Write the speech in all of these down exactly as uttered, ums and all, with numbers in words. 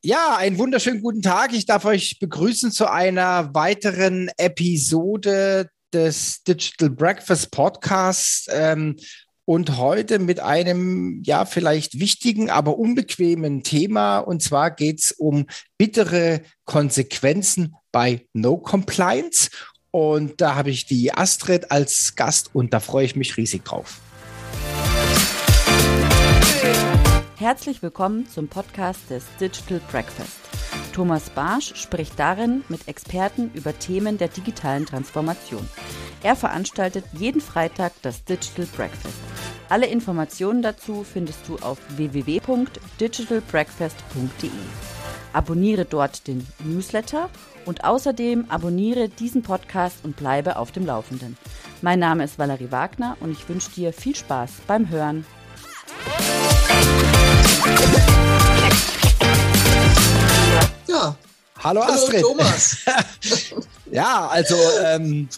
Ja, einen wunderschönen guten Tag. Ich darf euch begrüßen zu einer weiteren Episode des Digital Breakfast Podcasts ähm, und heute mit einem, ja, vielleicht wichtigen, aber unbequemen Thema. Und zwar geht es um bittere Konsequenzen bei No Compliance. Und da habe ich die Astrid als Gast und da freue ich mich riesig drauf. Herzlich willkommen zum Podcast des Digital Breakfast. Thomas Barsch spricht darin mit Experten über Themen der digitalen Transformation. Er veranstaltet jeden Freitag das Digital Breakfast. Alle Informationen dazu findest du auf w w w punkt digital breakfast punkt d e. Abonniere dort den Newsletter und außerdem abonniere diesen Podcast und bleibe auf dem Laufenden. Mein Name ist Valerie Wagner und ich wünsche dir viel Spaß beim Hören. Ja. Hallo Astrid. Hallo Thomas. Ja, also ähm,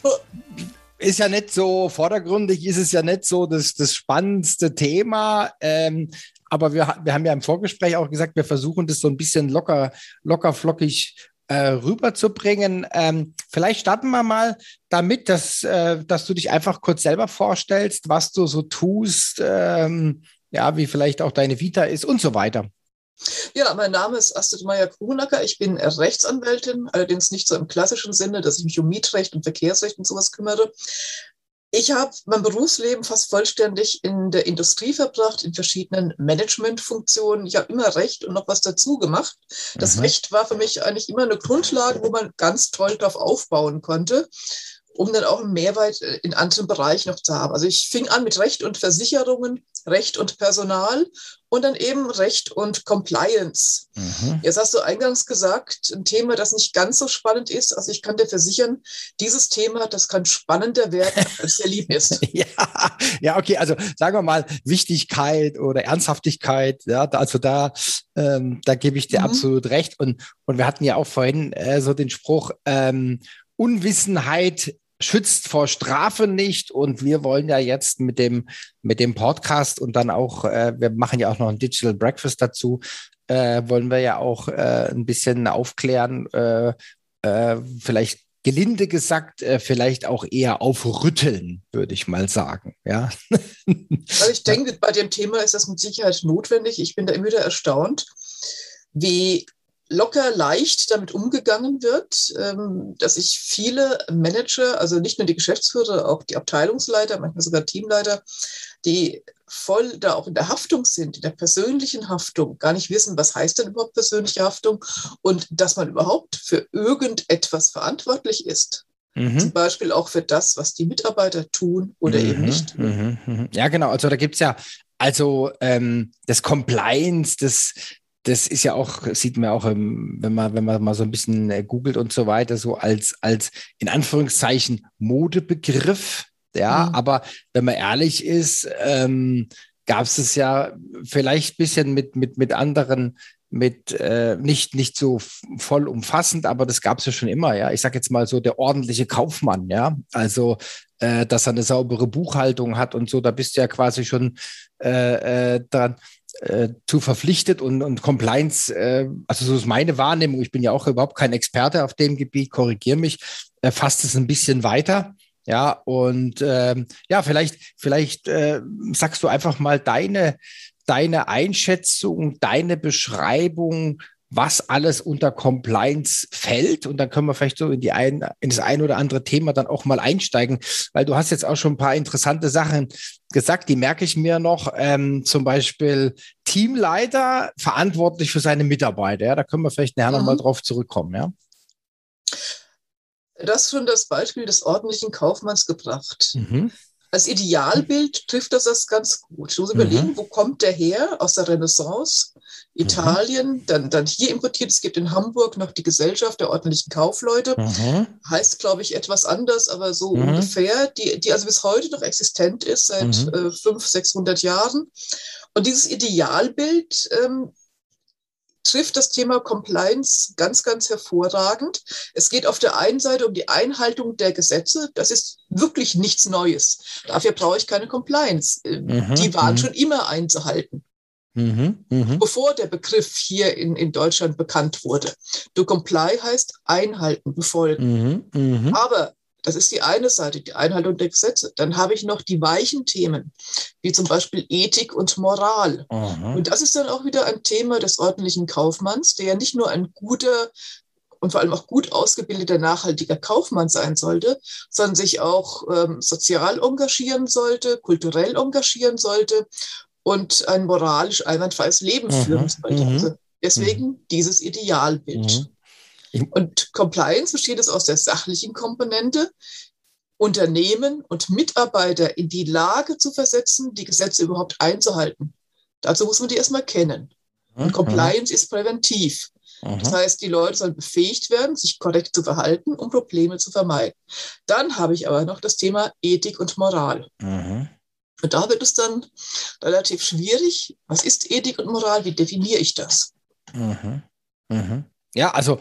ist ja nicht so, vordergründig ist es ja nicht so das, das spannendste Thema, ähm, aber wir, wir haben ja im Vorgespräch auch gesagt, wir versuchen das so ein bisschen locker, locker flockig äh, rüberzubringen. Ähm, vielleicht starten wir mal damit, dass, äh, dass du dich einfach kurz selber vorstellst, was du so tust, ähm, ja, wie vielleicht auch deine Vita ist und so weiter. Ja, mein Name ist Astrid Meyer-Krunacker. Ich bin Rechtsanwältin, allerdings nicht so im klassischen Sinne, dass ich mich um Mietrecht und Verkehrsrecht und sowas kümmere. Ich habe mein Berufsleben fast vollständig in der Industrie verbracht, in verschiedenen Managementfunktionen. Ich habe immer Recht und noch was dazu gemacht. Das mhm. Recht war für mich eigentlich immer eine Grundlage, wo man ganz toll drauf aufbauen konnte, um dann auch einen Mehrwert in anderen Bereichen noch zu haben. Also ich fing an mit Recht und Versicherungen, Recht und Personal und dann eben Recht und Compliance. Mhm. Jetzt hast du eingangs gesagt, ein Thema, das nicht ganz so spannend ist. Also ich kann dir versichern, dieses Thema, das kann spannender werden, als er lieb ist. ja, ja, okay, also sagen wir mal Wichtigkeit oder Ernsthaftigkeit, ja, also da, ähm, da gebe ich dir mhm. absolut recht. Und, und wir hatten ja auch vorhin äh, so den Spruch, ähm, Unwissenheit schützt vor Strafe nicht, und wir wollen ja jetzt mit dem mit dem Podcast und dann auch, äh, wir machen ja auch noch ein Digital Breakfast dazu, äh, wollen wir ja auch äh, ein bisschen aufklären, äh, äh, vielleicht gelinde gesagt, äh, vielleicht auch eher aufrütteln, würde ich mal sagen. Ja. Also ich denke, bei dem Thema ist das mit Sicherheit notwendig. Ich bin da immer wieder erstaunt, wie locker leicht damit umgegangen wird, dass sich viele Manager, also nicht nur die Geschäftsführer, auch die Abteilungsleiter, manchmal sogar Teamleiter, die voll da auch in der Haftung sind, in der persönlichen Haftung, gar nicht wissen, was heißt denn überhaupt persönliche Haftung und dass man überhaupt für irgendetwas verantwortlich ist. Mhm. Zum Beispiel auch für das, was die Mitarbeiter tun oder mhm. eben nicht tun. Mhm. Ja, genau. Also da gibt es ja, also ähm, das Compliance, das Das ist ja auch, sieht man auch, wenn man, wenn man mal so ein bisschen googelt und so weiter, so als, als in Anführungszeichen Modebegriff. Ja, mhm. aber wenn man ehrlich ist, ähm, gab es es ja vielleicht ein bisschen mit, mit, mit anderen, mit äh, nicht, nicht so vollumfassend, aber das gab es ja schon immer. Ja, ich sage jetzt mal so der ordentliche Kaufmann. Ja, also äh, dass er eine saubere Buchhaltung hat und so, da bist du ja quasi schon äh, äh, dran. Äh, zu verpflichtet und, und Compliance, äh, also so ist meine Wahrnehmung, ich bin ja auch überhaupt kein Experte auf dem Gebiet, korrigiere mich, äh, fasst es ein bisschen weiter, ja, und ähm, ja, vielleicht, vielleicht äh, sagst du einfach mal deine, deine Einschätzung, deine Beschreibung, was alles unter Compliance fällt, und dann können wir vielleicht so in die ein, in das ein oder andere Thema dann auch mal einsteigen, weil du hast jetzt auch schon ein paar interessante Sachen gesagt, die merke ich mir noch, ähm, zum Beispiel Teamleiter verantwortlich für seine Mitarbeiter, ja, da können wir vielleicht nachher mhm. nochmal drauf zurückkommen, ja. Das ist schon das Beispiel des ordentlichen Kaufmanns gebracht. Mhm. Als Idealbild trifft das das ganz gut. Ich muss überlegen, mhm. wo kommt der her? Aus der Renaissance, Italien, mhm. dann, dann hier importiert. Es gibt in Hamburg noch die Gesellschaft der ordentlichen Kaufleute. Mhm. Heißt, glaube ich, etwas anders, aber so mhm. ungefähr. Die, die also bis heute noch existent ist, seit mhm. äh, fünfhundert, sechshundert Jahren. Und dieses Idealbild ähm, trifft das Thema Compliance ganz, ganz hervorragend. Es geht auf der einen Seite um die Einhaltung der Gesetze. Das ist wirklich nichts Neues. Dafür brauche ich keine Compliance. Mhm, die waren mhm. schon immer einzuhalten. Mhm. Mhm. bevor der Begriff hier in, in Deutschland bekannt wurde. To comply heißt einhalten, befolgen. Mhm. Mhm. Aber das ist die eine Seite, die Einhaltung der Gesetze. Dann habe ich noch die weichen Themen, wie zum Beispiel Ethik und Moral. Mhm. Und das ist dann auch wieder ein Thema des ordentlichen Kaufmanns, der ja nicht nur ein guter und vor allem auch gut ausgebildeter, nachhaltiger Kaufmann sein sollte, sondern sich auch ähm, sozial engagieren sollte, kulturell engagieren sollte und ein moralisch einwandfreies Leben Mhm. führen sollte. Mhm. Also deswegen dieses Idealbild. Mhm. Ich, Und Compliance besteht es aus der sachlichen Komponente, Unternehmen und Mitarbeiter in die Lage zu versetzen, die Gesetze überhaupt einzuhalten. Dazu muss man die erstmal kennen. Und Compliance ist präventiv. Das heißt, die Leute sollen befähigt werden, sich korrekt zu verhalten, um Probleme zu vermeiden. Dann habe ich aber noch das Thema Ethik und Moral. Mhm. Und da wird es dann relativ schwierig. Was ist Ethik und Moral? Wie definiere ich das? Mhm. Mhm. Ja, also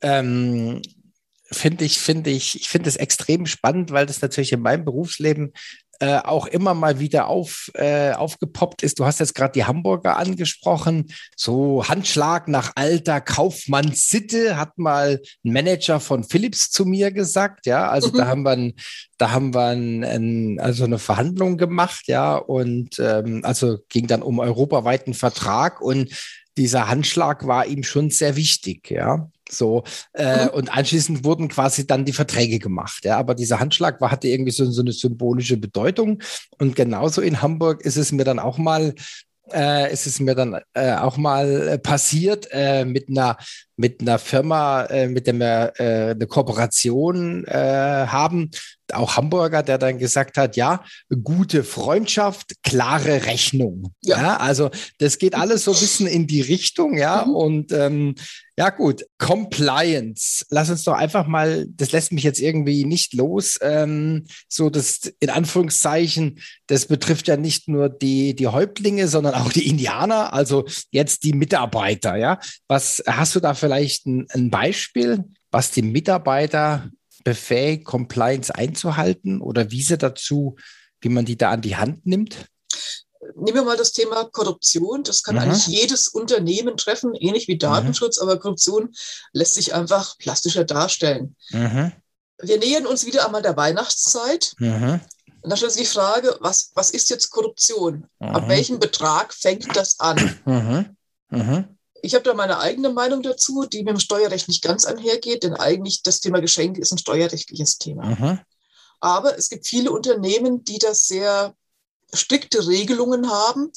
ähm, finde ich, finde ich, ich finde es extrem spannend, weil das natürlich in meinem Berufsleben äh, auch immer mal wieder auf, äh, aufgepoppt ist. Du hast jetzt gerade die Hamburger angesprochen. So Handschlag nach alter Kaufmannssitte hat mal ein Manager von Philips zu mir gesagt. Ja, also Mhm. da haben wir, ein, da haben wir ein, ein, also eine Verhandlung gemacht. Ja, und ähm, also ging dann um europaweiten Vertrag und dieser Handschlag war ihm schon sehr wichtig, ja. So, äh, Mhm. und anschließend wurden quasi dann die Verträge gemacht, ja. Aber dieser Handschlag war, hatte irgendwie so, so eine symbolische Bedeutung. Und genauso in Hamburg ist es mir dann auch mal, äh, ist es mir dann äh, auch mal äh, passiert äh, mit einer mit einer Firma, äh, mit der wir äh, eine Kooperation äh, haben, auch Hamburger, der dann gesagt hat, ja, gute Freundschaft, klare Rechnung. Ja, Ja. also das geht alles so ein bisschen in die Richtung, ja, Mhm. und ähm, ja gut, Compliance. Lass uns doch einfach mal, das lässt mich jetzt irgendwie nicht los, ähm, so das in Anführungszeichen, das betrifft ja nicht nur die, die Häuptlinge, sondern auch die Indianer, also jetzt die Mitarbeiter, ja. Was hast du da vielleicht ein, ein Beispiel, was die Mitarbeiter befähigt, Compliance einzuhalten oder wie sie dazu, wie man die da an die Hand nimmt? Nehmen wir mal das Thema Korruption. Das kann Mhm. eigentlich jedes Unternehmen treffen, ähnlich wie Datenschutz, aber Korruption lässt sich einfach plastischer darstellen. Mhm. Wir nähern uns wieder einmal der Weihnachtszeit. Mhm. Und da stellt sich die Frage, was, was ist jetzt Korruption? Mhm. Ab welchem Betrag fängt das an? Mhm. Mhm. Ich habe da meine eigene Meinung dazu, die mit dem Steuerrecht nicht ganz einhergeht, denn eigentlich das Thema Geschenke ist ein steuerrechtliches Thema. Mhm. Aber es gibt viele Unternehmen, die das sehr strikte Regelungen haben,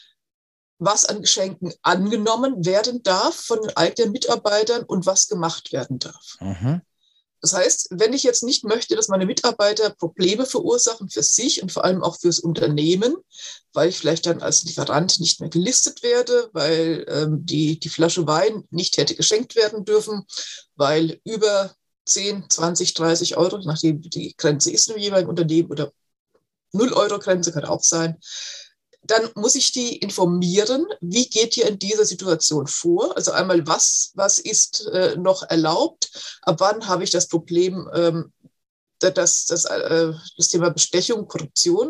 was an Geschenken angenommen werden darf von den eigenen Mitarbeitern und was gemacht werden darf. Mhm. Das heißt, wenn ich jetzt nicht möchte, dass meine Mitarbeiter Probleme verursachen für sich und vor allem auch fürs Unternehmen, weil ich vielleicht dann als Lieferant nicht mehr gelistet werde, weil ähm, die, die Flasche Wein nicht hätte geschenkt werden dürfen, weil über zehn, zwanzig, dreißig Euro, nachdem die Grenze ist im jeweiligen Unternehmen oder null Euro Grenze kann auch sein, dann muss ich die informieren, wie geht ihr in dieser Situation vor? Also einmal, was, was ist äh, noch erlaubt? Ab wann habe ich das Problem, ähm, dass, dass äh, das Thema Bestechung, Korruption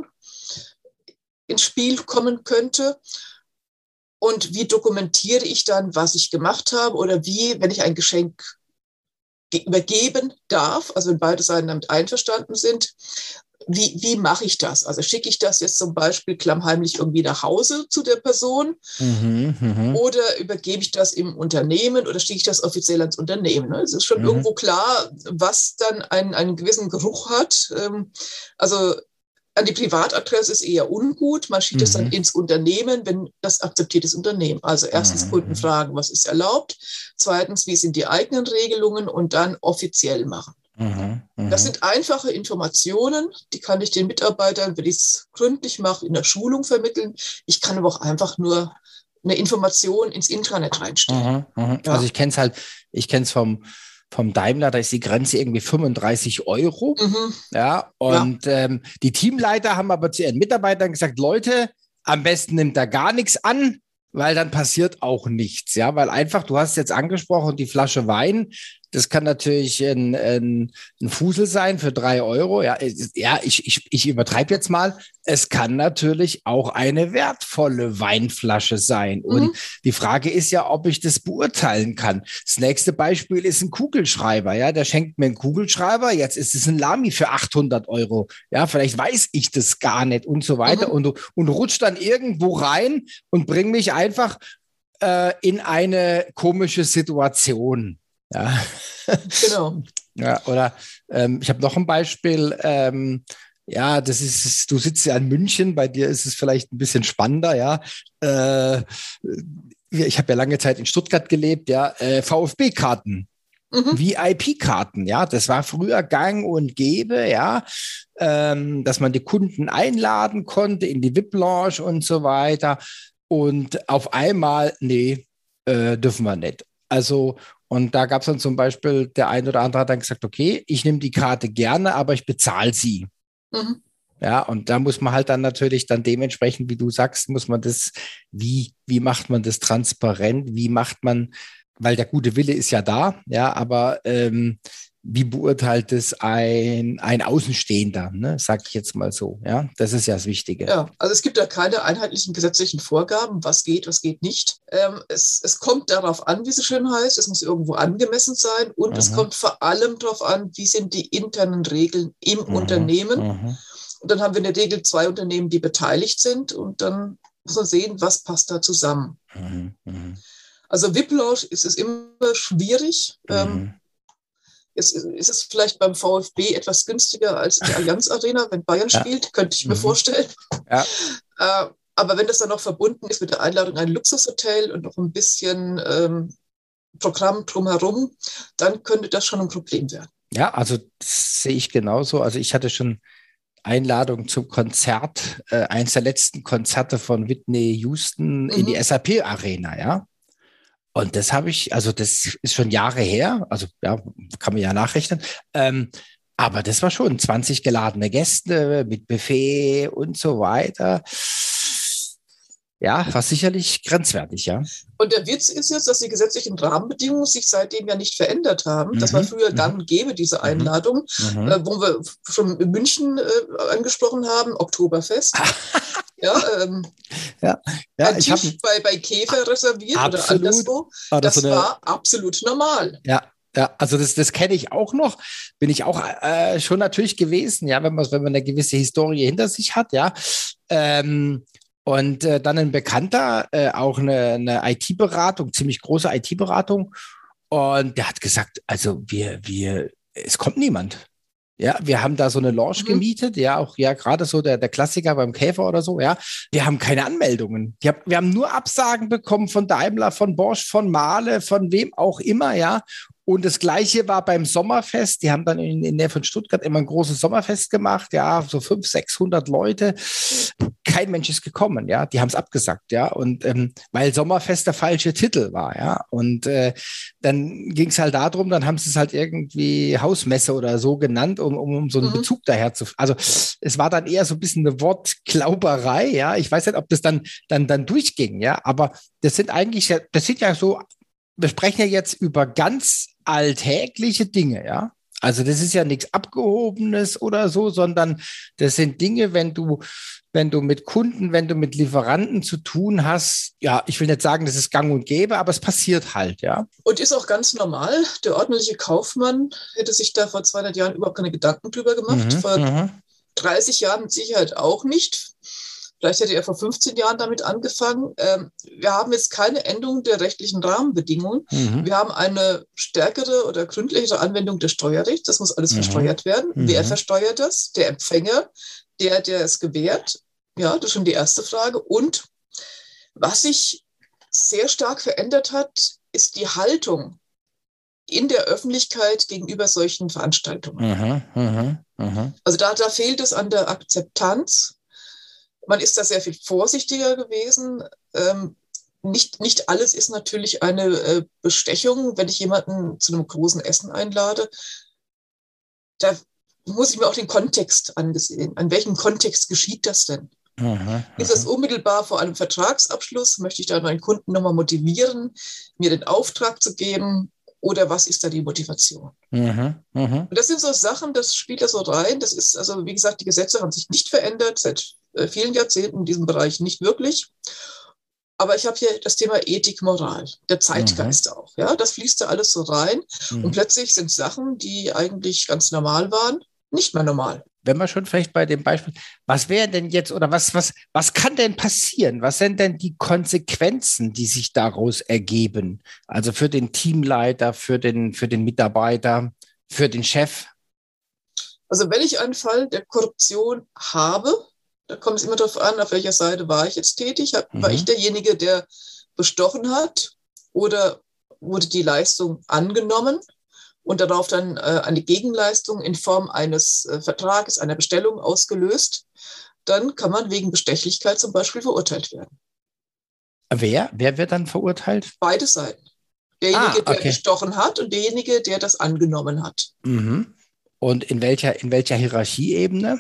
ins Spiel kommen könnte? Und wie dokumentiere ich dann, was ich gemacht habe? Oder wie, wenn ich ein Geschenk übergeben darf, also wenn beide Seiten damit einverstanden sind, Wie, wie mache ich das? Also schicke ich das jetzt zum Beispiel klammheimlich irgendwie nach Hause zu der Person Mhm. Mhm. oder übergebe ich das im Unternehmen oder schicke ich das offiziell ans Unternehmen? Es ist schon Mhm. irgendwo klar, was dann einen, einen gewissen Geruch hat. Also an die Privatadresse ist eher ungut. Man schickt es Mhm. dann ins Unternehmen, wenn das akzeptiertes Unternehmen. Also erstens Mhm. Kunden fragen, was ist erlaubt? Zweitens, wie sind die eigenen Regelungen? Und dann offiziell machen. Mhm. Mhm. Das sind einfache Informationen, die kann ich den Mitarbeitern, wenn ich es gründlich mache, in der Schulung vermitteln. Ich kann aber auch einfach nur eine Information ins Intranet reinstellen. Mhm. Mhm. Ja. Also ich kenne es halt, ich kenne es vom, vom Daimler, da ist die Grenze irgendwie fünfunddreißig Euro. Mhm. Ja, und ja. Ähm, die Teamleiter haben aber zu ihren Mitarbeitern gesagt, Leute, am besten nimmt da gar nichts an, weil dann passiert auch nichts, ja, weil einfach, du hast jetzt angesprochen, die Flasche Wein, Das kann natürlich ein, ein, ein Fusel sein für drei Euro. Ja, ja ich, ich, ich übertreibe jetzt mal. Es kann natürlich auch eine wertvolle Weinflasche sein. Und Mhm. die Frage ist ja, ob ich das beurteilen kann. Das nächste Beispiel ist ein Kugelschreiber. Ja, der schenkt mir einen Kugelschreiber. Jetzt ist es ein Lamy für achthundert Euro. Ja, vielleicht weiß ich das gar nicht und so weiter. Mhm. Und, und rutscht dann irgendwo rein und bringt mich einfach äh, in eine komische Situation. Ja. Genau. Ja, oder ähm, ich habe noch ein Beispiel. Ähm, ja, das ist, du sitzt ja in München, bei dir ist es vielleicht ein bisschen spannender, ja. Äh, ich habe ja lange Zeit in Stuttgart gelebt, ja. Äh, VfB-Karten, Mhm. V I P-Karten, ja. Das war früher gang und gäbe, ja. Ähm, dass man die Kunden einladen konnte in die V I P-Lounge und so weiter. Und auf einmal, nee, äh, dürfen wir nicht. Also, und da gab es dann zum Beispiel, der ein oder andere hat dann gesagt, okay, ich nehme die Karte gerne, aber ich bezahle sie. Mhm. Ja, und da muss man halt dann natürlich dann dementsprechend, wie du sagst, muss man das, wie, wie macht man das transparent, wie macht man, weil der gute Wille ist ja da, ja, aber ähm, wie beurteilt es ein, ein Außenstehender, ne, sag ich jetzt mal so, ja, das ist ja das Wichtige. Ja, also es gibt da keine einheitlichen gesetzlichen Vorgaben, was geht, was geht nicht. Ähm, es, es kommt darauf an, wie es so schön heißt, es muss irgendwo angemessen sein und Mhm. es kommt vor allem darauf an, wie sind die internen Regeln im Mhm. Unternehmen. Mhm. Und dann haben wir in der Regel zwei Unternehmen, die beteiligt sind und dann muss man sehen, was passt da zusammen. Mhm. Mhm. Also V I P-Lounge ist es immer schwierig. Mhm. Ähm, Jetzt ist es vielleicht beim VfB etwas günstiger als die Allianz Arena, wenn Bayern Ja. spielt, könnte ich mir Mhm. vorstellen. Ja. Äh, aber wenn das dann noch verbunden ist mit der Einladung ein Luxushotel und noch ein bisschen ähm, Programm drumherum, dann könnte das schon ein Problem werden. Ja, also das sehe ich genauso. Also ich hatte schon Einladung zum Konzert, äh, eins der letzten Konzerte von Whitney Houston Mhm. in die S A P Arena, ja. Und das habe ich, also das ist schon Jahre her, also ja, kann man ja nachrechnen. Ähm, aber das war schon zwanzig geladene Gäste mit Buffet und so weiter. Ja, war sicherlich grenzwertig, ja. Und der Witz ist jetzt, dass die gesetzlichen Rahmenbedingungen sich seitdem ja nicht verändert haben. Mhm. Das war früher Mhm. gang und gäbe, diese Mhm. Einladung, Mhm. äh, wo wir schon in München äh, angesprochen haben, Oktoberfest. Ja, ähm, Ja, ja, ein ich Tisch habe bei, bei Käfer reserviert oder absolut, anderswo, oder das so eine, war absolut normal. ja, ja, also das, das kenne ich auch noch, bin ich auch äh, schon natürlich gewesen, ja, wenn man, wenn man eine gewisse Historie hinter sich hat, ja. Ähm, und äh, dann ein Bekannter, äh, auch eine, eine I T-Beratung, ziemlich große I T-Beratung, und der hat gesagt, also wir, wir, es kommt niemand. Ja, wir haben da so eine Lounge Mhm. gemietet, ja, auch ja gerade so der, der Klassiker beim Käfer oder so, ja. Wir haben keine Anmeldungen. Die hab, wir haben nur Absagen bekommen von Daimler, von Bosch, von Mahle, von wem auch immer, ja. Und das Gleiche war beim Sommerfest. Die haben dann in, in der von Stuttgart immer ein großes Sommerfest gemacht, ja, so fünfhundert, sechshundert Leute. Kein Mensch ist gekommen, ja. Die haben es abgesagt, ja. Und ähm, weil Sommerfest der falsche Titel war, ja. Und äh, dann ging es halt darum, dann haben sie es halt irgendwie Hausmesse oder so genannt, um, um, um so einen Mhm. Bezug daher zu. Also es war dann eher so ein bisschen eine Wortglauberei, ja. Ich weiß nicht, ob das dann, dann, dann durchging, ja. Aber das sind eigentlich, das sind ja so, wir sprechen ja jetzt über ganz alltägliche Dinge, ja. Also das ist ja nichts Abgehobenes oder so, sondern das sind Dinge, wenn du, wenn du mit Kunden, wenn du mit Lieferanten zu tun hast, ja, ich will nicht sagen, das ist gang und gäbe, aber es passiert halt, ja. Und ist auch ganz normal. Der ordentliche Kaufmann hätte sich da vor zweihundert Jahren überhaupt keine Gedanken drüber gemacht. Mhm, Vor mhm. dreißig Jahren mit Sicherheit auch nicht. Vielleicht hätte er vor fünfzehn Jahren damit angefangen. Ähm, wir haben jetzt keine Änderung der rechtlichen Rahmenbedingungen. Mhm. Wir haben eine stärkere oder gründlichere Anwendung des Steuerrechts. Das muss alles Mhm. versteuert werden. Mhm. Wer versteuert das? Der Empfänger, der, der es gewährt. Ja, das ist schon die erste Frage. Und was sich sehr stark verändert hat, ist die Haltung in der Öffentlichkeit gegenüber solchen Veranstaltungen. Mhm. Mhm. Mhm. Also da, da fehlt es an der Akzeptanz. Man ist da sehr viel vorsichtiger gewesen. Ähm, nicht, nicht alles ist natürlich eine äh, Bestechung. Wenn ich jemanden zu einem großen Essen einlade, da muss ich mir auch den Kontext angesehen. An welchem Kontext geschieht das denn? Mhm. Ist das unmittelbar vor einem Vertragsabschluss? Möchte ich da meinen Kunden nochmal motivieren, mir den Auftrag zu geben? oder was ist da die Motivation? Mhm. Mhm. Und das sind so Sachen, das spielt da so rein. Das ist, also wie gesagt, die Gesetze haben sich nicht verändert, seit äh, vielen Jahrzehnten in diesem Bereich nicht wirklich. Aber ich habe hier das Thema Ethik, Moral, der Zeitgeist mhm. auch. Ja, das fließt da alles so rein. Mhm. Und plötzlich sind Sachen, die eigentlich ganz normal waren, nicht mehr normal. Wenn wir schon vielleicht bei dem Beispiel, was wäre denn jetzt oder was, was, was kann denn passieren? Was sind denn die Konsequenzen, die sich daraus ergeben? Also für den Teamleiter, für den, für den Mitarbeiter, für den Chef? Also wenn ich einen Fall der Korruption habe, da kommt es immer darauf an, auf welcher Seite war ich jetzt tätig. War mhm. ich derjenige, der bestochen hat oder wurde die Leistung angenommen und darauf dann äh, eine Gegenleistung in Form eines äh, Vertrages, einer Bestellung ausgelöst, dann kann man wegen Bestechlichkeit zum Beispiel verurteilt werden. Wer? Wer wird dann verurteilt? Beide Seiten. Derjenige, ah, okay. der bestochen hat und derjenige, der das angenommen hat. Mhm. Und in welcher, in welcher Hierarchieebene?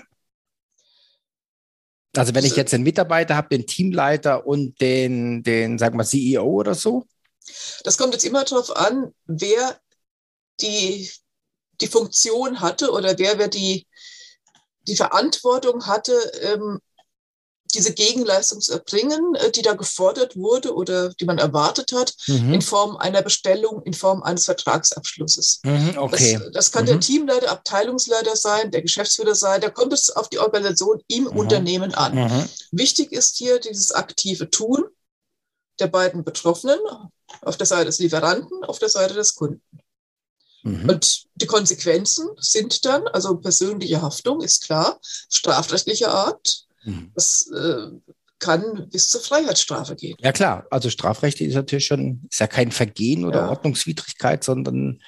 Also wenn ich jetzt einen Mitarbeiter habe, den Teamleiter und den, den, sagen wir, C E O oder so? Das kommt jetzt immer darauf an, wer die, die Funktion hatte oder wer, wer die, die Verantwortung hatte, ähm, diese Gegenleistung zu erbringen, äh, die da gefordert wurde oder die man erwartet hat, mhm. in Form einer Bestellung, in Form eines Vertragsabschlusses. Mhm, okay. Das, das kann mhm. der Teamleiter, Abteilungsleiter sein, der Geschäftsführer sein, da kommt es auf die Organisation im mhm. Unternehmen an. Mhm. Wichtig ist hier dieses aktive Tun der beiden Betroffenen, auf der Seite des Lieferanten, auf der Seite des Kunden. Mhm. Und die Konsequenzen sind dann, also persönliche Haftung ist klar, strafrechtlicher Art. Das äh, kann bis zur Freiheitsstrafe gehen. Ja klar, also Strafrecht ist natürlich schon, ist ja kein Vergehen oder ja. Ordnungswidrigkeit, sondern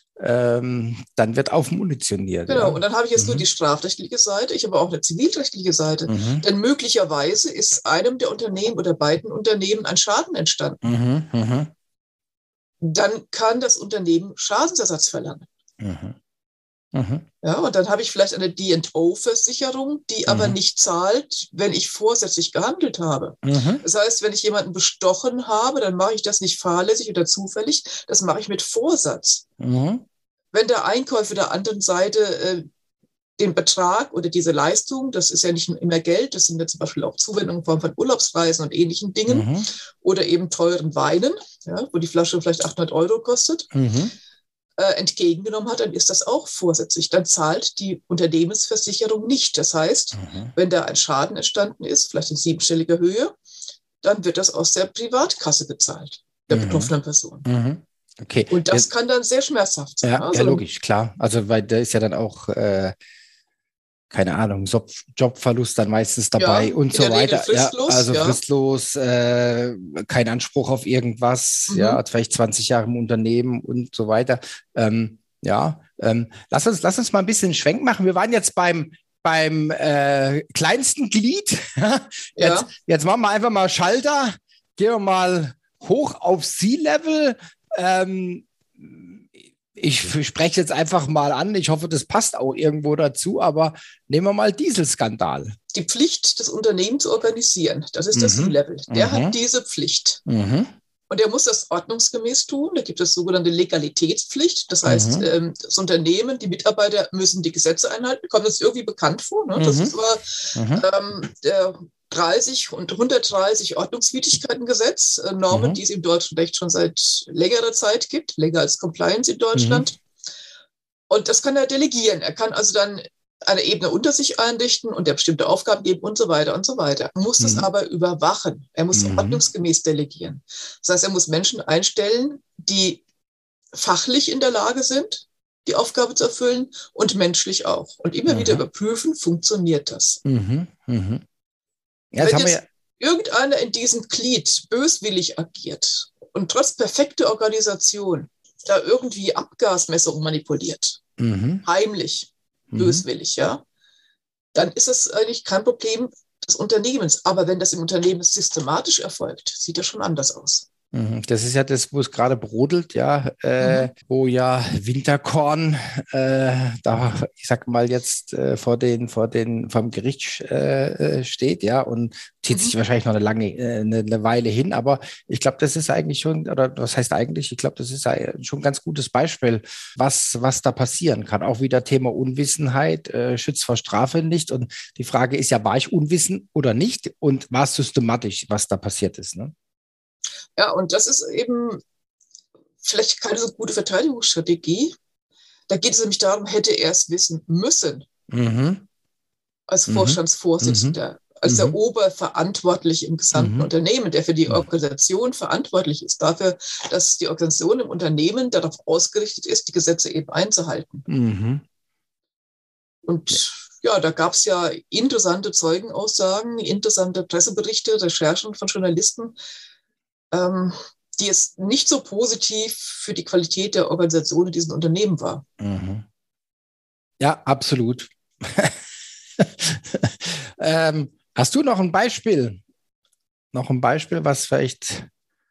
ähm, dann wird aufmunitioniert. Genau, ja. und dann habe ich jetzt mhm. nur die strafrechtliche Seite, ich habe auch eine zivilrechtliche Seite. Mhm. Denn möglicherweise ist einem der Unternehmen oder beiden Unternehmen ein Schaden entstanden. Mhm. Mhm. Dann kann das Unternehmen Schadensersatz verlangen. Mhm. Mhm. Ja, und dann habe ich vielleicht eine D und O-Versicherung, die mhm. aber nicht zahlt, wenn ich vorsätzlich gehandelt habe. Mhm. Das heißt, wenn ich jemanden bestochen habe, dann mache ich das nicht fahrlässig oder zufällig, das mache ich mit Vorsatz. Mhm. Wenn der Einkäufer der anderen Seite äh, den Betrag oder diese Leistung, das ist ja nicht immer Geld, das sind ja zum Beispiel auch Zuwendungen in Form von Urlaubsreisen und ähnlichen Dingen mhm. oder eben teuren Weinen, ja, wo die Flasche vielleicht achthundert Euro kostet, mhm. entgegengenommen hat, dann ist das auch vorsätzlich. Dann zahlt die Unternehmensversicherung nicht. Das heißt, mhm. wenn da ein Schaden entstanden ist, vielleicht in siebenstelliger Höhe, dann wird das aus der Privatkasse gezahlt, der mhm. betroffenen Person. Mhm. Okay. Und das Jetzt, kann dann sehr schmerzhaft sein. Ja, also, ja, logisch, klar. Also, weil da ist ja dann auch, äh, keine Ahnung, Job, Jobverlust dann meistens dabei ja, und so weiter. Fristlos, ja, also ja. fristlos, äh, kein Anspruch auf irgendwas, mhm. ja, vielleicht zwanzig Jahre im Unternehmen und so weiter. Ähm, ja, ähm, lass uns, lass uns mal ein bisschen einen Schwenk machen. Wir waren jetzt beim, beim äh, kleinsten Glied. jetzt, ja. jetzt machen wir einfach mal Schalter, gehen wir mal hoch auf C-Level. Ähm, Ich spreche jetzt einfach mal an. Ich hoffe, das passt auch irgendwo dazu. Aber nehmen wir mal Dieselskandal. Die Pflicht des Unternehmens zu organisieren, das ist das mhm. C-Level. Der mhm. hat diese Pflicht. Mhm. Und der muss das ordnungsgemäß tun. Da gibt es sogenannte Legalitätspflicht. Das heißt, mhm. das Unternehmen, die Mitarbeiter müssen die Gesetze einhalten. Kommt das irgendwie bekannt vor? Ne? Das mhm. ist aber mhm. ähm, der dreißig und hundertdreißig Ordnungswidrigkeitengesetz, äh, Normen, mhm. die es im deutschen Recht schon seit längerer Zeit gibt, länger als Compliance in Deutschland. Mhm. Und das kann er delegieren. Er kann also dann eine Ebene unter sich einrichten und der bestimmte Aufgaben geben und so weiter und so weiter. Er muss mhm. das aber überwachen. Er muss mhm. ordnungsgemäß delegieren. Das heißt, er muss Menschen einstellen, die fachlich in der Lage sind, die Aufgabe zu erfüllen und menschlich auch. Und immer mhm. wieder überprüfen, funktioniert das. Mhm. Mhm. Ja, Wenn das haben jetzt wir ja. irgendeiner in diesem Glied böswillig agiert und trotz perfekter Organisation da irgendwie Abgasmessungen manipuliert, mhm. heimlich, mhm. böswillig, ja, dann ist das eigentlich kein Problem des Unternehmens. Aber wenn das im Unternehmen systematisch erfolgt, sieht das schon anders aus. Mhm. Das ist ja das, wo es gerade brodelt, ja, äh, mhm. wo ja Winterkorn äh, da, ich sag mal jetzt äh, vor den, vor den, vom Gericht äh, steht, ja, und zieht mhm. sich wahrscheinlich noch eine lange, äh, eine, eine Weile hin, aber ich glaube, das ist eigentlich schon, oder was heißt eigentlich? Ich glaube, das ist schon ein ganz gutes Beispiel, was, was da passieren kann. Auch wieder Thema Unwissenheit, äh, schützt vor Strafe nicht. Und die Frage ist ja, war ich unwissend oder nicht? Und war es systematisch, was da passiert ist, ne? Ja, und das ist eben vielleicht keine so gute Verteidigungsstrategie. Da geht es nämlich darum, hätte er es wissen müssen, mhm. als Vorstandsvorsitzender, mhm. als der mhm. Oberverantwortliche im gesamten mhm. Unternehmen, der für die Organisation verantwortlich ist, dafür, dass die Organisation im Unternehmen darauf ausgerichtet ist, die Gesetze eben einzuhalten. Mhm. Und ja, da gab es ja interessante Zeugenaussagen, interessante Presseberichte, Recherchen von Journalisten, ähm, die es nicht so positiv für die Qualität der Organisation in diesem Unternehmen war. Mhm. Ja, absolut. ähm, hast du noch ein Beispiel? Noch ein Beispiel, was vielleicht,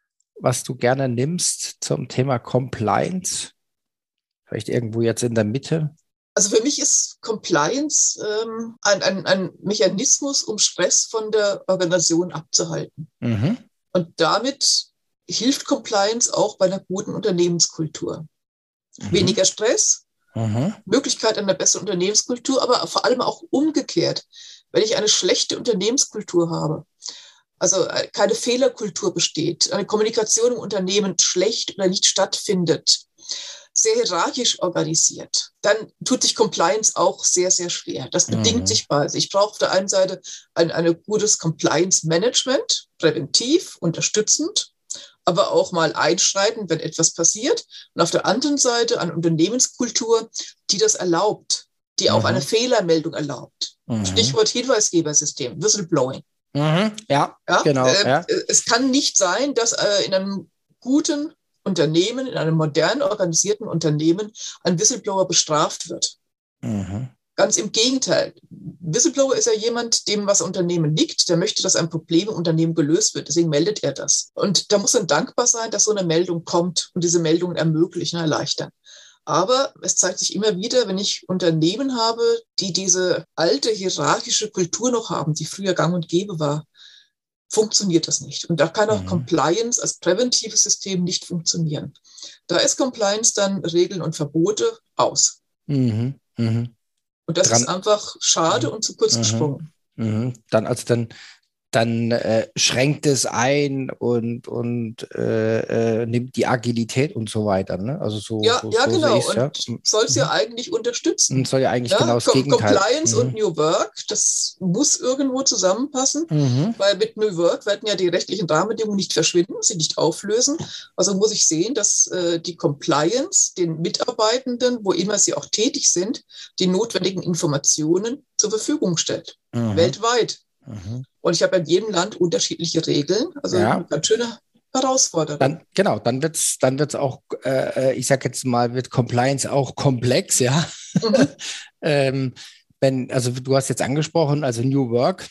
was du gerne nimmst zum Thema Compliance? Vielleicht irgendwo jetzt in der Mitte? Also für mich ist Compliance ähm, ein, ein, ein Mechanismus, um Stress von der Organisation abzuhalten. Mhm. Und damit hilft Compliance auch bei einer guten Unternehmenskultur. Mhm. Weniger Stress, mhm. Möglichkeit einer besseren Unternehmenskultur, aber vor allem auch umgekehrt. Wenn ich eine schlechte Unternehmenskultur habe, also keine Fehlerkultur besteht, eine Kommunikation im Unternehmen schlecht oder nicht stattfindet, sehr hierarchisch organisiert, dann tut sich Compliance auch sehr, sehr schwer. Das bedingt mhm. sich beides. Ich brauche auf der einen Seite ein, ein gutes Compliance-Management, präventiv, unterstützend, aber auch mal einschreiten, wenn etwas passiert. Und auf der anderen Seite eine Unternehmenskultur, die das erlaubt, die auch mhm. eine Fehlermeldung erlaubt. Mhm. Stichwort Hinweisgebersystem, Whistleblowing. Mhm. Ja, ja, genau. Äh, ja. Es kann nicht sein, dass äh, in einem guten Unternehmen, in einem modern organisierten Unternehmen, ein Whistleblower bestraft wird. Mhm. Ganz im Gegenteil. Whistleblower ist ja jemand, dem was Unternehmen liegt, der möchte, dass ein Problem im Unternehmen gelöst wird. Deswegen meldet er das. Und da muss man dankbar sein, dass so eine Meldung kommt und diese Meldungen ermöglichen, erleichtern. Aber es zeigt sich immer wieder, wenn ich Unternehmen habe, die diese alte hierarchische Kultur noch haben, die früher gang und gäbe war, funktioniert das nicht. Und da kann auch mhm. Compliance als präventives System nicht funktionieren. Da ist Compliance dann Regeln und Verbote aus. Mhm. Mhm. Und das Dran. ist einfach schade mhm. und zu kurz mhm. gesprungen. Mhm. Dann, also dann, dann äh, schränkt es ein und, und äh, äh, nimmt die Agilität und so weiter. Ne? Also so, ja, so, ja, so genau. und ja. soll es ja eigentlich unterstützen. Soll ja eigentlich ja? genau das Com- Gegenteil. Compliance mhm. und New Work, das muss irgendwo zusammenpassen, mhm. weil mit New Work werden ja die rechtlichen Rahmenbedingungen nicht verschwinden, sie nicht auflösen. Also muss ich sehen, dass äh, die Compliance den Mitarbeitenden, wo immer sie auch tätig sind, die notwendigen Informationen zur Verfügung stellt. Mhm. Weltweit. Mhm. Und ich habe in jedem Land unterschiedliche Regeln. Also ja. eine ganz schöne Herausforderung. Dann, genau, dann wird es dann wird's auch, äh, ich sag jetzt mal, wird Compliance auch komplex, ja. Mhm. ähm, wenn, also du hast jetzt angesprochen, also New Work,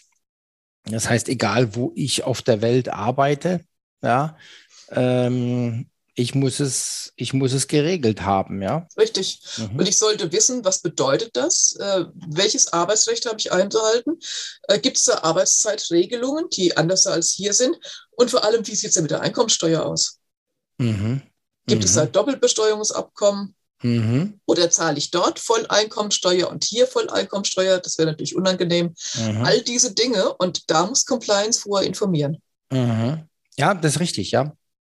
das heißt, egal wo ich auf der Welt arbeite, ja, ähm, ich muss es, ich muss es geregelt haben, ja. Richtig. Mhm. Und ich sollte wissen, was bedeutet das? Äh, welches Arbeitsrecht habe ich einzuhalten? Äh, gibt es da Arbeitszeitregelungen, die anders als hier sind? Und vor allem, wie sieht es denn mit der Einkommensteuer aus? Mhm. Gibt mhm. es da Doppelbesteuerungsabkommen? Mhm. Oder zahle ich dort Volleinkommensteuer und hier Volleinkommensteuer? Das wäre natürlich unangenehm. Mhm. All diese Dinge. Und da muss Compliance vorher informieren. Mhm. Ja, das ist richtig, ja.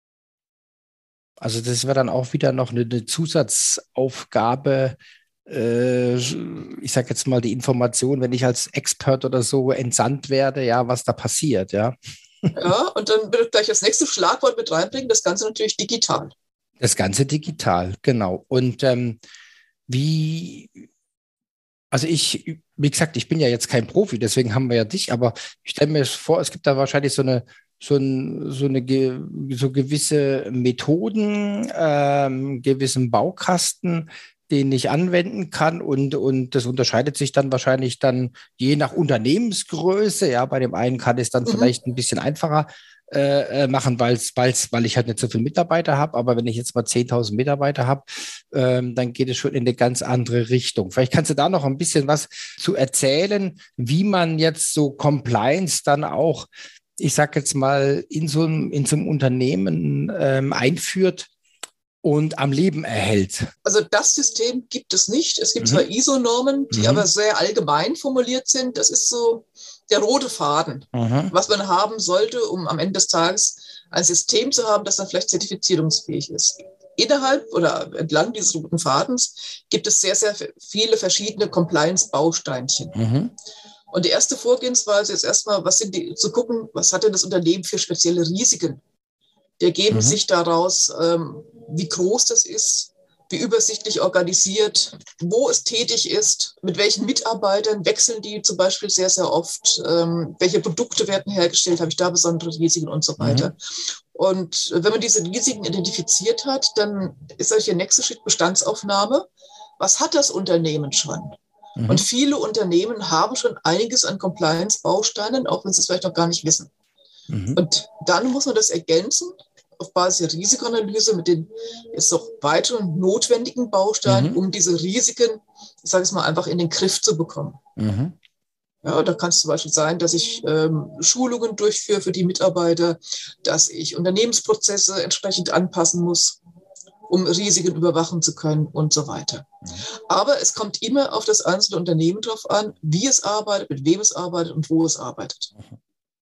Also das wäre dann auch wieder noch eine, eine Zusatzaufgabe, äh, ich sage jetzt mal die Information, wenn ich als Expert oder so entsandt werde, ja, was da passiert, ja. Ja, und dann würde ich gleich das nächste Schlagwort mit reinbringen, das Ganze natürlich digital. Das Ganze digital, genau. Und ähm, wie, also ich, wie gesagt, ich bin ja jetzt kein Profi, deswegen haben wir ja dich, aber ich stelle mir vor, es gibt da wahrscheinlich so eine so, ein, so eine so gewisse Methoden, ähm, gewissen Baukasten, den ich anwenden kann und, und das unterscheidet sich dann wahrscheinlich dann je nach Unternehmensgröße. Ja, bei dem einen kann es dann mhm. vielleicht ein bisschen einfacher äh, machen, weil's, weil's, weil ich halt nicht so viele Mitarbeiter habe. Aber wenn ich jetzt mal zehntausend Mitarbeiter habe, ähm, dann geht es schon in eine ganz andere Richtung. Vielleicht kannst du da noch ein bisschen was zu erzählen, wie man jetzt so Compliance dann auch, ich sag jetzt mal, in so einem, in so einem Unternehmen ähm, einführt und am Leben erhält. Also das System gibt es nicht. Es gibt mhm. zwar I S O-Normen, die mhm. aber sehr allgemein formuliert sind. Das ist so der rote Faden, mhm. was man haben sollte, um am Ende des Tages ein System zu haben, das dann vielleicht zertifizierungsfähig ist. Innerhalb oder entlang dieses roten Fadens gibt es sehr, sehr viele verschiedene Compliance-Bausteinchen. Mhm. Und die erste Vorgehensweise ist erstmal, was sind die, zu gucken, was hat denn das Unternehmen für spezielle Risiken? Die ergeben mhm. sich daraus, ähm, wie groß das ist, wie übersichtlich organisiert, wo es tätig ist, mit welchen Mitarbeitern wechseln die zum Beispiel sehr, sehr oft, ähm, welche Produkte werden hergestellt, habe ich da besondere Risiken und so weiter. Mhm. Und wenn man diese Risiken identifiziert hat, dann ist eigentlich der nächste Schritt Bestandsaufnahme. Was hat das Unternehmen schon? Mhm. Und viele Unternehmen haben schon einiges an Compliance-Bausteinen, auch wenn sie es vielleicht noch gar nicht wissen. Mhm. Und dann muss man das ergänzen auf Basis der Risikoanalyse mit den jetzt noch weiteren notwendigen Bausteinen, mhm. um diese Risiken, ich sage es mal, einfach in den Griff zu bekommen. Mhm. Ja, da kann es zum Beispiel sein, dass ich ähm, Schulungen durchführe für die Mitarbeiter, dass ich Unternehmensprozesse entsprechend anpassen muss, um Risiken überwachen zu können und so weiter. Mhm. Aber es kommt immer auf das einzelne Unternehmen drauf an, wie es arbeitet, mit wem es arbeitet und wo es arbeitet. Mhm.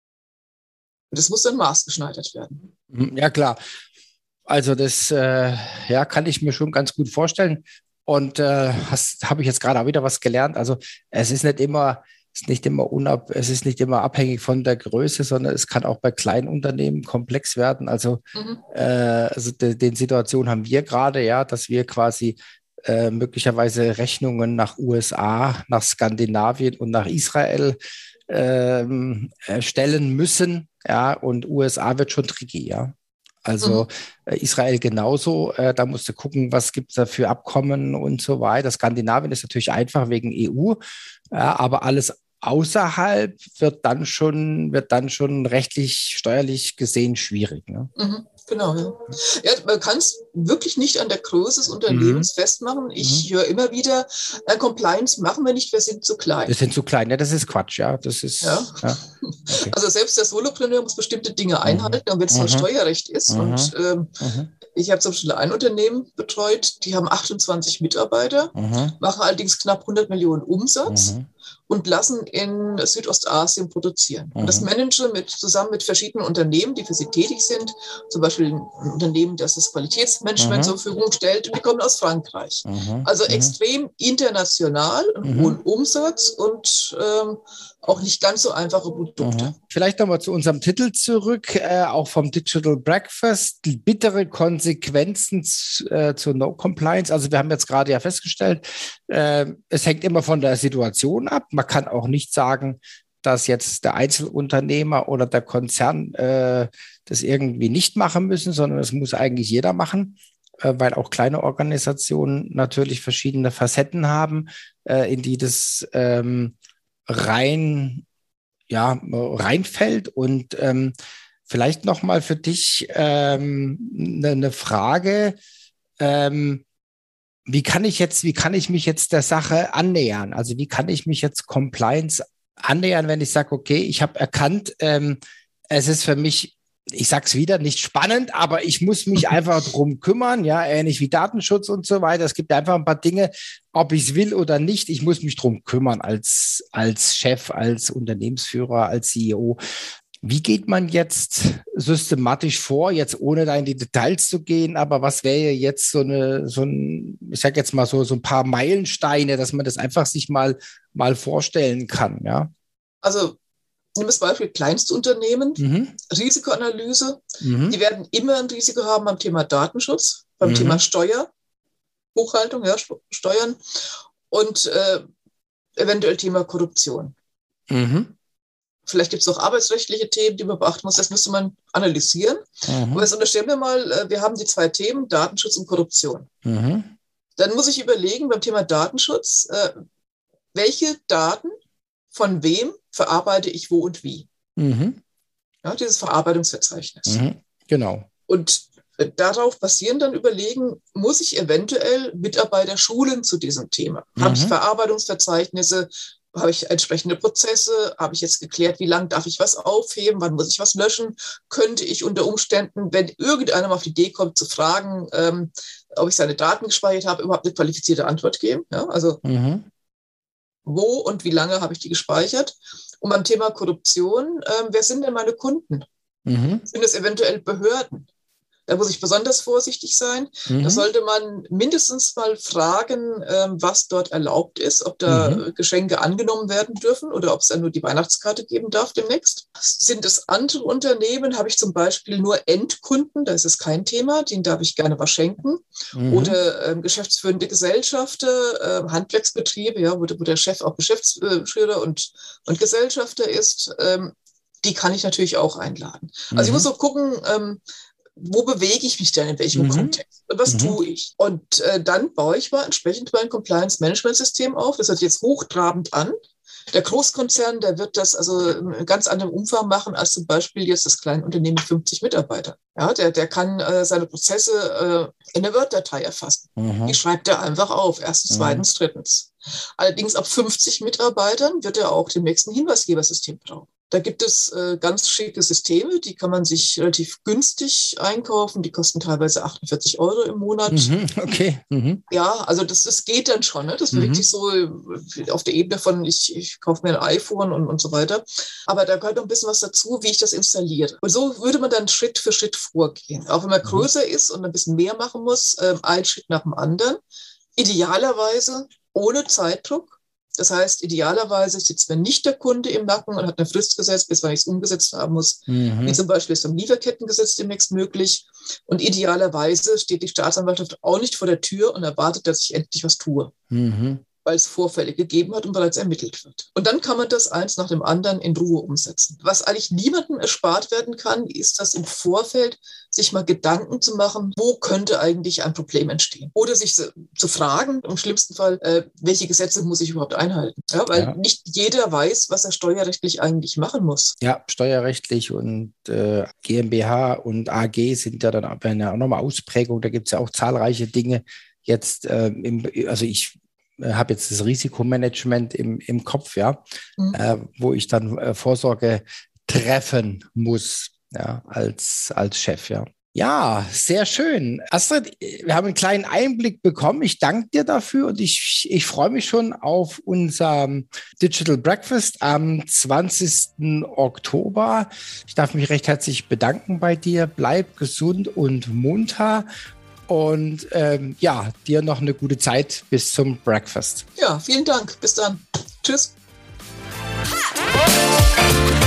Und das muss dann maßgeschneidert werden. Ja, klar. Also das äh, ja, kann ich mir schon ganz gut vorstellen. Und äh, habe ich jetzt gerade auch wieder was gelernt. Also es ist nicht immer, ist nicht immer unab, es ist nicht immer abhängig von der Größe, sondern es kann auch bei kleinen Unternehmen komplex werden. Also, mhm. äh, also de, den Situation haben wir gerade, ja, dass wir quasi äh, möglicherweise Rechnungen nach U S A, nach Skandinavien und nach Israel ähm, stellen müssen. Ja, und U S A wird schon tricky, ja. Also mhm. äh, Israel genauso, äh, da musst du gucken, was gibt es da für Abkommen und so weiter. Skandinavien ist natürlich einfach wegen E U, ja, aber alles außerhalb wird dann schon, wird dann schon rechtlich, steuerlich gesehen schwierig. Ne? Mhm. Genau, ja. ja man kann es wirklich nicht an der Größe des Unternehmens mhm. festmachen. Ich mhm. höre immer wieder, äh, Compliance machen wir nicht, wir sind zu klein. Wir sind zu klein, ja, das ist Quatsch, ja. Das ist, ja. ja. Okay. Also selbst der Solopreneur muss bestimmte Dinge einhalten, mhm. und wenn es nur mhm. Steuerrecht ist. Mhm. Und ähm, mhm. ich habe zum Beispiel ein Unternehmen betreut, die haben achtundzwanzig Mitarbeiter, mhm. machen allerdings knapp hundert Millionen Umsatz. Mhm. und lassen in Südostasien produzieren. Mhm. Und das managen mit, zusammen mit verschiedenen Unternehmen, die für sie tätig sind, zum Beispiel ein Unternehmen, das das Qualitätsmanagement mhm. zur Verfügung stellt, und die kommen aus Frankreich. Mhm. Also mhm. extrem international, einen mhm. hohen Umsatz und ähm, auch nicht ganz so einfache Produkte. Mhm. Vielleicht nochmal zu unserem Titel zurück, äh, auch vom Digital Breakfast, die bittere Konsequenzen äh, zur No-Compliance. Also wir haben jetzt gerade ja festgestellt, äh, es hängt immer von der Situation ab. Man kann auch nicht sagen, dass jetzt der Einzelunternehmer oder der Konzern äh, das irgendwie nicht machen müssen, sondern es muss eigentlich jeder machen, äh, weil auch kleine Organisationen natürlich verschiedene Facetten haben, äh, in die das ähm, rein, ja, reinfällt. Und ähm, vielleicht nochmal für dich ähm, eine, eine Frage, ähm, wie kann ich jetzt, wie kann ich mich jetzt der Sache annähern? Also wie kann ich mich jetzt Compliance annähern, wenn ich sage, okay, ich habe erkannt, ähm, es ist für mich, ich sag's wieder, nicht spannend, aber ich muss mich einfach drum kümmern, ja, ähnlich wie Datenschutz und so weiter. Es gibt einfach ein paar Dinge, ob ich es will oder nicht, ich muss mich drum kümmern als, als Chef, als Unternehmensführer, als C E O. Wie geht man jetzt systematisch vor, jetzt ohne da in die Details zu gehen, aber was wäre jetzt so eine, so ein, ich sag jetzt mal so, so ein paar Meilensteine, dass man das einfach sich mal, mal vorstellen kann, ja? Also, nimm das Beispiel Kleinstunternehmen, mhm. Risikoanalyse. Mhm. Die werden immer ein Risiko haben beim Thema Datenschutz, beim mhm. Thema Steuer, Buchhaltung, ja, Steuern und äh, eventuell Thema Korruption. Mhm. Vielleicht gibt es auch arbeitsrechtliche Themen, die man beachten muss. Das müsste man analysieren. Mhm. Aber jetzt unterstellen wir mal, wir haben die zwei Themen, Datenschutz und Korruption. Mhm. Dann muss ich überlegen beim Thema Datenschutz, äh, welche Daten von wem verarbeite ich wo und wie. Mhm. Ja, dieses Verarbeitungsverzeichnis. Mhm. Genau. Und äh, darauf basierend dann überlegen, muss ich eventuell Mitarbeiter schulen zu diesem Thema? Mhm. Habe ich Verarbeitungsverzeichnisse? Habe ich entsprechende Prozesse? Habe ich jetzt geklärt, wie lange darf ich was aufheben? Wann muss ich was löschen? Könnte ich unter Umständen, wenn irgendeiner mal auf die Idee kommt, zu fragen, ähm, ob ich seine Daten gespeichert habe, überhaupt eine qualifizierte Antwort geben? Ja, also mhm. wo und wie lange habe ich die gespeichert? Und beim Thema Korruption, ähm, wer sind denn meine Kunden? Mhm. Sind es eventuell Behörden? Da muss ich besonders vorsichtig sein. Mhm. Da sollte man mindestens mal fragen, ähm, was dort erlaubt ist, ob da mhm. Geschenke angenommen werden dürfen oder ob es dann nur die Weihnachtskarte geben darf demnächst. Sind es andere Unternehmen? Habe ich zum Beispiel nur Endkunden? Da ist es kein Thema, denen darf ich gerne was schenken. Mhm. Oder ähm, geschäftsführende Gesellschaften, äh, Handwerksbetriebe, ja, wo, wo der Chef auch Geschäftsführer und, und Gesellschafter ist, ähm, die kann ich natürlich auch einladen. Mhm. Also ich muss auch gucken, ähm, wo bewege ich mich denn, in welchem mhm. Kontext? Und was mhm. tue ich? Und äh, dann baue ich mal entsprechend mein Compliance-Management-System auf. Das hört sich jetzt hochtrabend an. Der Großkonzern, der wird das also in ganz anderem Umfang machen, als zum Beispiel jetzt das kleine Unternehmen mit fünfzig Mitarbeitern. Ja, der, der kann äh, seine Prozesse äh, in eine Word-Datei erfassen. Mhm. Die schreibt er einfach auf. Erstens, mhm. zweitens, drittens. Allerdings ab fünfzig Mitarbeitern wird er auch demnächst ein Hinweisgebersystem brauchen. Da gibt es äh, ganz schicke Systeme, die kann man sich relativ günstig einkaufen. Die kosten teilweise achtundvierzig Euro im Monat. Mhm, okay. Mhm. Ja, also das, das geht dann schon. Ne? Das bewegt mhm. sich so auf der Ebene von, ich, ich kaufe mir ein iPhone und, und so weiter. Aber da gehört noch ein bisschen was dazu, wie ich das installiere. Und so würde man dann Schritt für Schritt vorgehen. Auch wenn man mhm. größer ist und ein bisschen mehr machen muss, äh, ein Schritt nach dem anderen. Idealerweise ohne Zeitdruck. Das heißt, idealerweise sitzt mir nicht der Kunde im Nacken und hat eine Frist gesetzt, bis wann ich es umgesetzt haben muss. Mhm. Wie zum Beispiel ist beim Lieferkettengesetz demnächst möglich. Und idealerweise steht die Staatsanwaltschaft auch nicht vor der Tür und erwartet, dass ich endlich was tue. Mhm. Weil es Vorfälle gegeben hat und bereits ermittelt wird. Und dann kann man das eins nach dem anderen in Ruhe umsetzen. Was eigentlich niemandem erspart werden kann, ist das im Vorfeld sich mal Gedanken zu machen, wo könnte eigentlich ein Problem entstehen? Oder sich zu, zu fragen, im schlimmsten Fall, äh, welche Gesetze muss ich überhaupt einhalten? Ja, weil ja. nicht jeder weiß, was er steuerrechtlich eigentlich machen muss. Ja, steuerrechtlich und äh, GmbH und A G sind ja dann auch eine nochmal Ausprägung. Da gibt es ja auch zahlreiche Dinge. Jetzt, äh, im, also ich habe jetzt das Risikomanagement im, im Kopf, ja, mhm. äh, wo ich dann äh, Vorsorge treffen muss, ja, als, als Chef, ja. Ja, sehr schön. Astrid, wir haben einen kleinen Einblick bekommen. Ich danke dir dafür und ich, ich freue mich schon auf unser Digital Breakfast am zwanzigsten Oktober. Ich darf mich recht herzlich bedanken bei dir. Bleib gesund und munter. Und ähm, ja, dir noch eine gute Zeit bis zum Breakfast. Ja, vielen Dank. Bis dann. Tschüss.